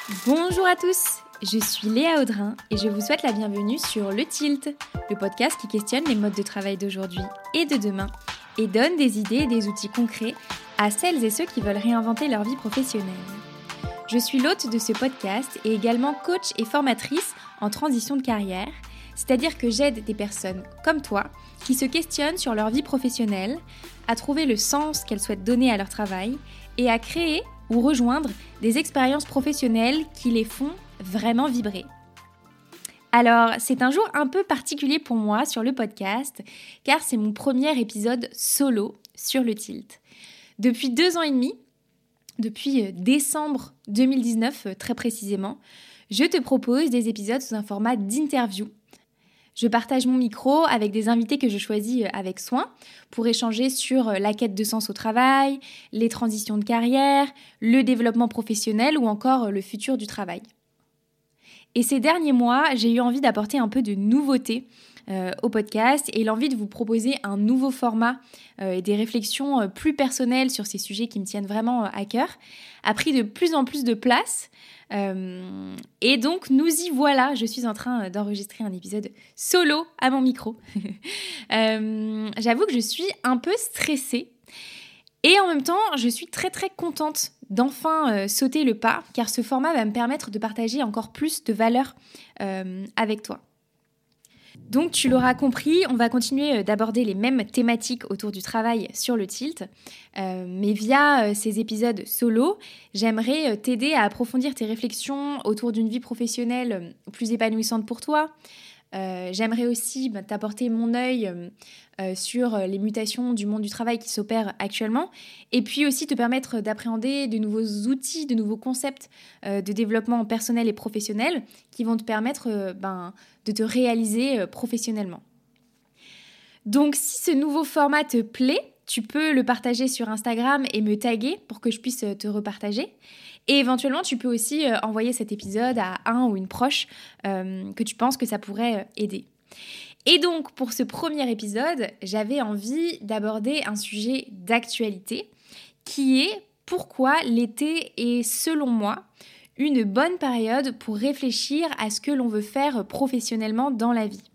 Bonjour à tous, je suis Léa Audrin et je vous souhaite la bienvenue sur Le Tilt, le podcast qui questionne les modes de travail d'aujourd'hui et de demain et donne des idées et des outils concrets à celles et ceux qui veulent réinventer leur vie professionnelle. Je suis l'hôte de ce podcast et également coach et formatrice en transition de carrière, c'est-à-dire que j'aide des personnes comme toi qui se questionnent sur leur vie professionnelle, à trouver le sens qu'elles souhaitent donner à leur travail et à créer ou rejoindre des expériences professionnelles qui les font vraiment vibrer. Alors, c'est un jour un peu particulier pour moi sur le podcast, car c'est mon premier épisode solo sur le Tilt. Depuis 2 ans et demi, depuis décembre 2019 très précisément, je te propose des épisodes sous un format d'interview. Je partage mon micro avec des invités que je choisis avec soin pour échanger sur la quête de sens au travail, les transitions de carrière, le développement professionnel ou encore le futur du travail. Et ces derniers mois, j'ai eu envie d'apporter un peu de nouveauté au podcast et l'envie de vous proposer un nouveau format et des réflexions plus personnelles sur ces sujets qui me tiennent vraiment à cœur a pris de plus en plus de place. Et donc nous y voilà, je suis en train d'enregistrer un épisode solo à mon micro. J'avoue que je suis un peu stressée et en même temps je suis très très contente d'enfin sauter le pas, car ce format va me permettre de partager encore plus de valeur avec toi. Donc tu l'auras compris, on va continuer d'aborder les mêmes thématiques autour du travail sur le Tilt, mais via ces épisodes solo, j'aimerais t'aider à approfondir tes réflexions autour d'une vie professionnelle plus épanouissante pour toi. J'aimerais aussi t'apporter mon œil sur les mutations du monde du travail qui s'opèrent actuellement et puis aussi te permettre d'appréhender de nouveaux outils, de nouveaux concepts de développement personnel et professionnel qui vont te permettre de te réaliser professionnellement. Donc si ce nouveau format te plaît, tu peux le partager sur Instagram et me taguer pour que je puisse te repartager. Et éventuellement, tu peux aussi envoyer cet épisode à un ou une proche que tu penses que ça pourrait aider. Et donc, pour ce premier épisode, j'avais envie d'aborder un sujet d'actualité qui est pourquoi l'été est, selon moi, une bonne période pour réfléchir à ce que l'on veut faire professionnellement dans la vie.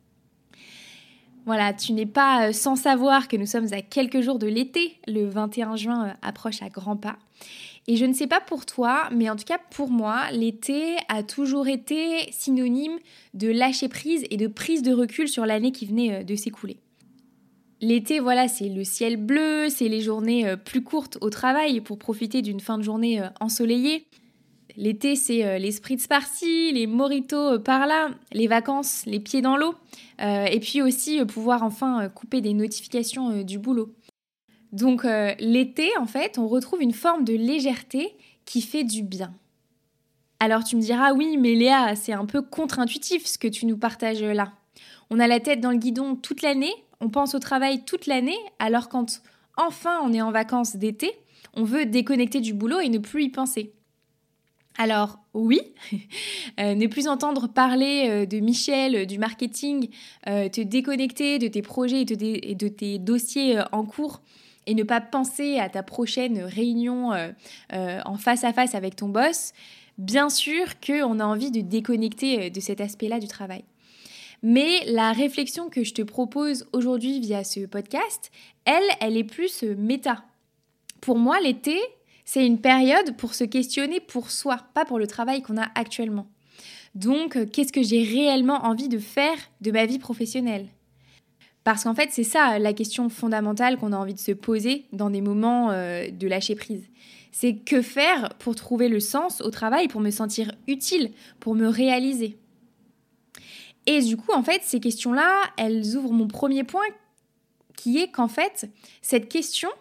Voilà, tu n'es pas sans savoir que nous sommes à quelques jours de l'été. Le 21 juin approche à grands pas. Et je ne sais pas pour toi, mais en tout cas pour moi, l'été a toujours été synonyme de lâcher prise et de prise de recul sur l'année qui venait de s'écouler. L'été, voilà, c'est le ciel bleu, c'est les journées plus courtes au travail pour profiter d'une fin de journée ensoleillée. L'été, c'est les spritz par-ci, les mojitos par-là, les vacances, les pieds dans l'eau, et puis aussi pouvoir enfin couper des notifications du boulot. Donc l'été, en fait, on retrouve une forme de légèreté qui fait du bien. Alors tu me diras, oui, mais Léa, c'est un peu contre-intuitif ce que tu nous partages là. On a la tête dans le guidon toute l'année, on pense au travail toute l'année, alors quand enfin on est en vacances d'été, on veut déconnecter du boulot et ne plus y penser. Alors oui, ne plus entendre parler de Michel, du marketing, te déconnecter de tes projets et de tes dossiers en cours, et ne pas penser à ta prochaine réunion en face à face avec ton boss, bien sûr qu'on a envie de déconnecter de cet aspect-là du travail. Mais la réflexion que je te propose aujourd'hui via ce podcast, elle est plus méta. Pour moi, l'été, c'est une période pour se questionner pour soi, pas pour le travail qu'on a actuellement. Donc, qu'est-ce que j'ai réellement envie de faire de ma vie professionnelle ? Parce qu'en fait, c'est ça la question fondamentale qu'on a envie de se poser dans des moments de lâcher prise. C'est que faire pour trouver le sens au travail, pour me sentir utile, pour me réaliser. Et du coup, en fait, ces questions-là, elles ouvrent mon premier point, qui est qu'en fait, cette question,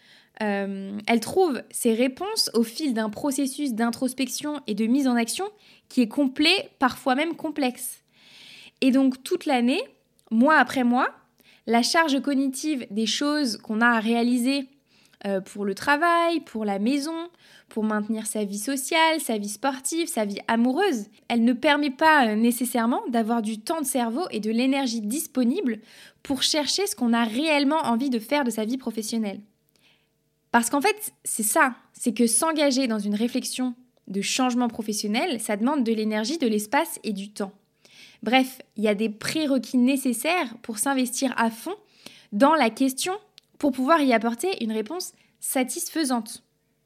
elle trouve ses réponses au fil d'un processus d'introspection et de mise en action qui est complet, parfois même complexe. Et donc, toute l'année, mois après mois, la charge cognitive des choses qu'on a à réaliser pour le travail, pour la maison, pour maintenir sa vie sociale, sa vie sportive, sa vie amoureuse, elle ne permet pas nécessairement d'avoir du temps de cerveau et de l'énergie disponible pour chercher ce qu'on a réellement envie de faire de sa vie professionnelle. Parce qu'en fait, c'est ça, c'est que s'engager dans une réflexion de changement professionnel, ça demande de l'énergie, de l'espace et du temps. Bref, il y a des prérequis nécessaires pour s'investir à fond dans la question pour pouvoir y apporter une réponse satisfaisante.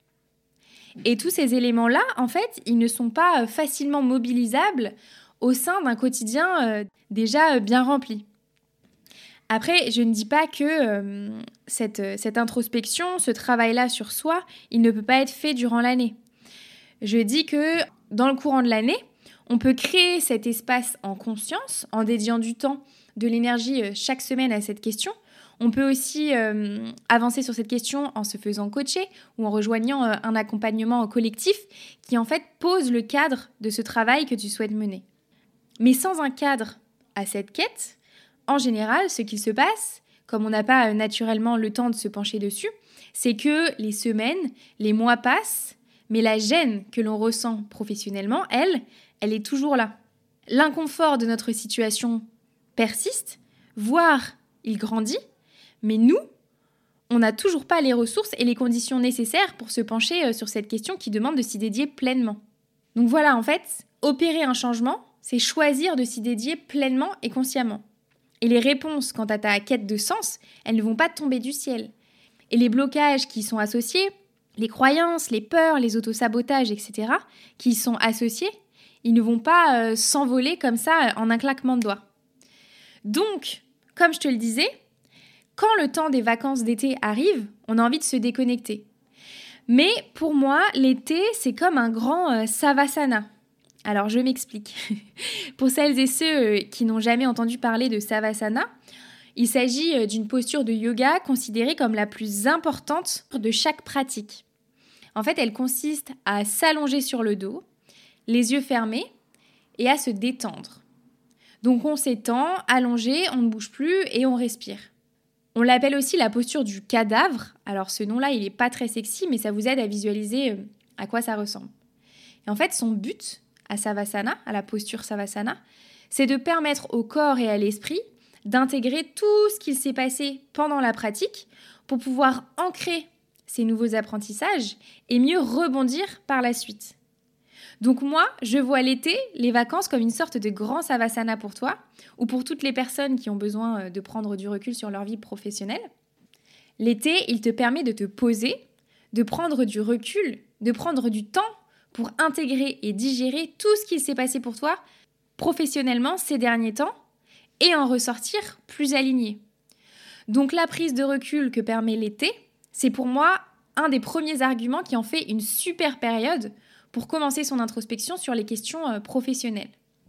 Et tous ces éléments-là, en fait, ils ne sont pas facilement mobilisables au sein d'un quotidien déjà bien rempli. Après, je ne dis pas que cette introspection, ce travail-là sur soi, il ne peut pas être fait durant l'année. Je dis que dans le courant de l'année, on peut créer cet espace en conscience, en dédiant du temps, de l'énergie chaque semaine à cette question. On peut aussi avancer sur cette question en se faisant coacher ou en rejoignant un accompagnement collectif qui en fait pose le cadre de ce travail que tu souhaites mener. Mais sans un cadre à cette quête, en général, ce qu'il se passe, comme on n'a pas naturellement le temps de se pencher dessus, c'est que les semaines, les mois passent, mais la gêne que l'on ressent professionnellement, elle est toujours là. L'inconfort de notre situation persiste, voire il grandit, mais nous, on n'a toujours pas les ressources et les conditions nécessaires pour se pencher sur cette question qui demande de s'y dédier pleinement. Donc voilà, en fait, opérer un changement, c'est choisir de s'y dédier pleinement et consciemment. Et les réponses quant à ta quête de sens, elles ne vont pas tomber du ciel. Et les blocages qui y sont associés, les croyances, les peurs, les autosabotages, etc., qui y sont associés, ils ne vont pas s'envoler comme ça en un claquement de doigts. Donc, comme je te le disais, quand le temps des vacances d'été arrive, on a envie de se déconnecter. Mais pour moi, l'été, c'est comme un grand savasana. Alors, je m'explique. Pour celles et ceux qui n'ont jamais entendu parler de savasana, il s'agit d'une posture de yoga considérée comme la plus importante de chaque pratique. En fait, elle consiste à s'allonger sur le dos, les yeux fermés, et à se détendre. Donc, on s'étend, allongé, on ne bouge plus et on respire. On l'appelle aussi la posture du cadavre. Alors, ce nom-là, il n'est pas très sexy, mais ça vous aide à visualiser à quoi ça ressemble. Et en fait, son but à Savasana, à la posture Savasana, c'est de permettre au corps et à l'esprit d'intégrer tout ce qu'il s'est passé pendant la pratique pour pouvoir ancrer ces nouveaux apprentissages et mieux rebondir par la suite. Donc moi, je vois l'été, les vacances comme une sorte de grand Savasana pour toi ou pour toutes les personnes qui ont besoin de prendre du recul sur leur vie professionnelle. L'été, il te permet de te poser, de prendre du recul, de prendre du temps pour intégrer et digérer tout ce qui s'est passé pour toi professionnellement ces derniers temps et en ressortir plus aligné. Donc la prise de recul que permet l'été, c'est pour moi un des premiers arguments qui en fait une super période pour commencer son introspection sur les questions professionnelles.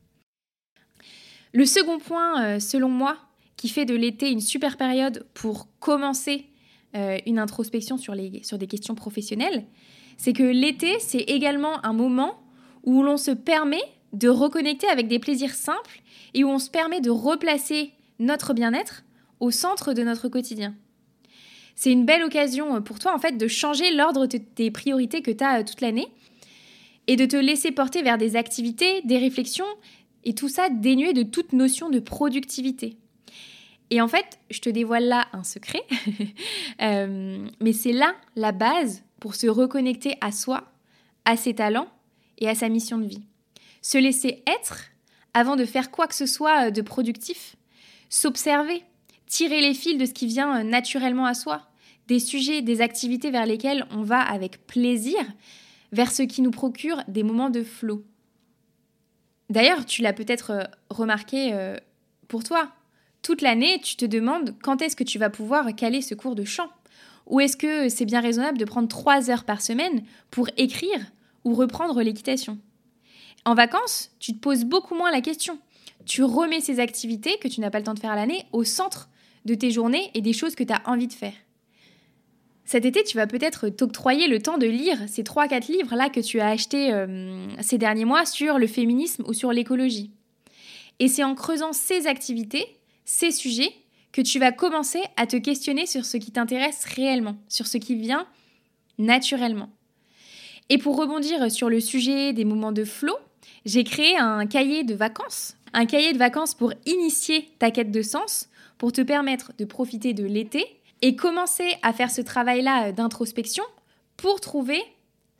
Le second point, selon moi, qui fait de l'été une super période pour commencer une introspection sur des questions professionnelles, c'est que l'été, c'est également un moment où l'on se permet de reconnecter avec des plaisirs simples et où on se permet de replacer notre bien-être au centre de notre quotidien. C'est une belle occasion pour toi, en fait, de changer l'ordre de tes priorités que tu as toute l'année et de te laisser porter vers des activités, des réflexions, et tout ça dénué de toute notion de productivité. Et en fait, je te dévoile là un secret, mais c'est là la base pour se reconnecter à soi, à ses talents et à sa mission de vie. Se laisser être avant de faire quoi que ce soit de productif, s'observer, tirer les fils de ce qui vient naturellement à soi, des sujets, des activités vers lesquelles on va avec plaisir, vers ce qui nous procure des moments de flow. D'ailleurs, tu l'as peut-être remarqué pour toi. Toute l'année, tu te demandes quand est-ce que tu vas pouvoir caler ce cours de chant. Ou est-ce que c'est bien raisonnable de prendre 3 heures par semaine pour écrire ou reprendre l'équitation. En vacances, tu te poses beaucoup moins la question. Tu remets ces activités que tu n'as pas le temps de faire à l'année au centre de tes journées et des choses que tu as envie de faire. Cet été, tu vas peut-être t'octroyer le temps de lire ces 3-4 livres-là que tu as achetés ces derniers mois sur le féminisme ou sur l'écologie. Et c'est en creusant ces activités, ces sujets, que tu vas commencer à te questionner sur ce qui t'intéresse réellement, sur ce qui vient naturellement. Et pour rebondir sur le sujet des moments de flow, j'ai créé un cahier de vacances. Un cahier de vacances pour initier ta quête de sens, pour te permettre de profiter de l'été et commencer à faire ce travail-là d'introspection pour trouver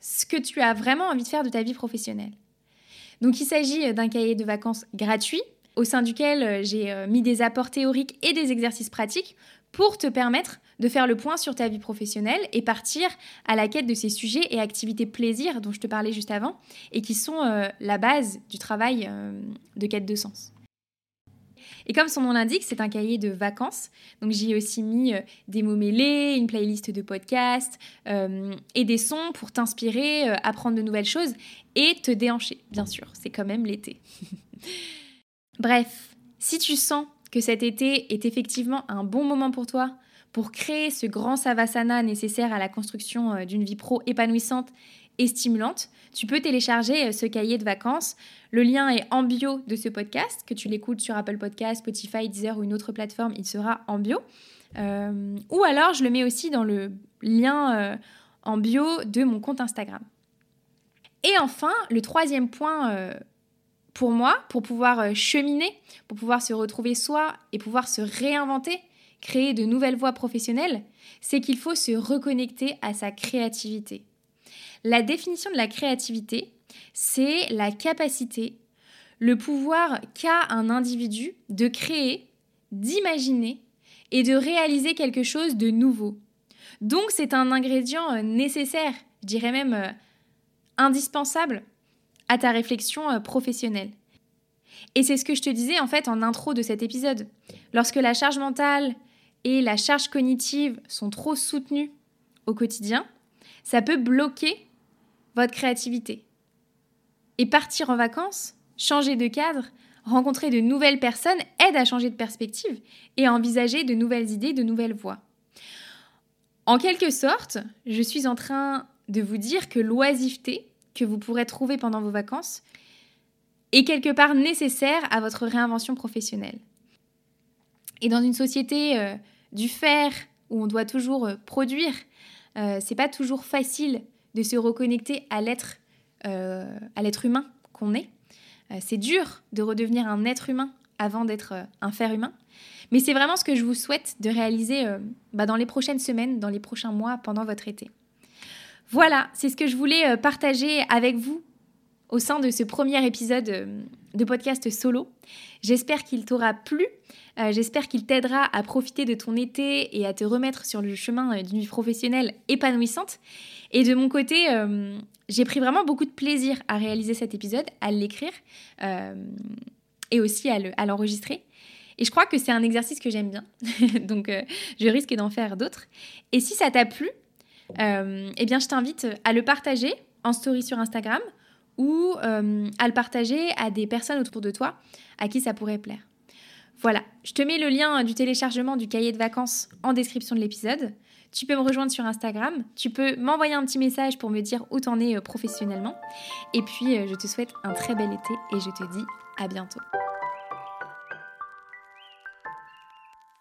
ce que tu as vraiment envie de faire de ta vie professionnelle. Donc, il s'agit d'un cahier de vacances gratuit au sein duquel j'ai mis des apports théoriques et des exercices pratiques pour te permettre de faire le point sur ta vie professionnelle et partir à la quête de ces sujets et activités plaisir dont je te parlais juste avant et qui sont la base du travail de quête de sens. Et comme son nom l'indique, c'est un cahier de vacances. Donc j'y ai aussi mis des mots mêlés, une playlist de podcasts et des sons pour t'inspirer, apprendre de nouvelles choses et te déhancher, bien sûr. C'est quand même l'été. Bref, si tu sens que cet été est effectivement un bon moment pour toi, pour créer ce grand savasana nécessaire à la construction d'une vie pro épanouissante et stimulante, tu peux télécharger ce cahier de vacances. Le lien est en bio de ce podcast, que tu l'écoutes sur Apple Podcasts, Spotify, Deezer ou une autre plateforme, il sera en bio. Ou alors, je le mets aussi dans le lien en bio de mon compte Instagram. Et enfin, le troisième point pour moi, pour pouvoir cheminer, pour pouvoir se retrouver soi et pouvoir se réinventer, créer de nouvelles voies professionnelles, c'est qu'il faut se reconnecter à sa créativité. La définition de la créativité, c'est la capacité, le pouvoir qu'a un individu de créer, d'imaginer et de réaliser quelque chose de nouveau. Donc c'est un ingrédient nécessaire, je dirais même indispensable à ta réflexion professionnelle. Et c'est ce que je te disais en fait en intro de cet épisode. Lorsque la charge mentale et la charge cognitive sont trop soutenues au quotidien, ça peut bloquer votre créativité. Et partir en vacances, changer de cadre, rencontrer de nouvelles personnes aide à changer de perspective et à envisager de nouvelles idées, de nouvelles voies. En quelque sorte, je suis en train de vous dire que l'oisiveté que vous pourrez trouver pendant vos vacances est quelque part nécessaire à votre réinvention professionnelle. Et dans une société du faire où on doit toujours produire, c'est pas toujours facile de se reconnecter à l'être humain qu'on est. C'est dur de redevenir un être humain avant d'être un faire humain. Mais c'est vraiment ce que je vous souhaite de réaliser dans les prochaines semaines, dans les prochains mois, pendant votre été. Voilà, c'est ce que je voulais partager avec vous au sein de ce premier épisode de podcast solo. J'espère qu'il t'aura plu, j'espère qu'il t'aidera à profiter de ton été et à te remettre sur le chemin d'une vie professionnelle épanouissante. Et de mon côté, j'ai pris vraiment beaucoup de plaisir à réaliser cet épisode, à l'écrire et aussi à l'enregistrer. Et je crois que c'est un exercice que j'aime bien, donc je risque d'en faire d'autres. Et si ça t'a plu, je t'invite à le partager en story sur Instagram ou à le partager à des personnes autour de toi à qui ça pourrait plaire. Voilà, je te mets le lien du téléchargement du cahier de vacances en description de l'épisode. Tu peux me rejoindre sur Instagram, tu peux m'envoyer un petit message pour me dire où t'en es professionnellement. Et puis, je te souhaite un très bel été et je te dis à bientôt.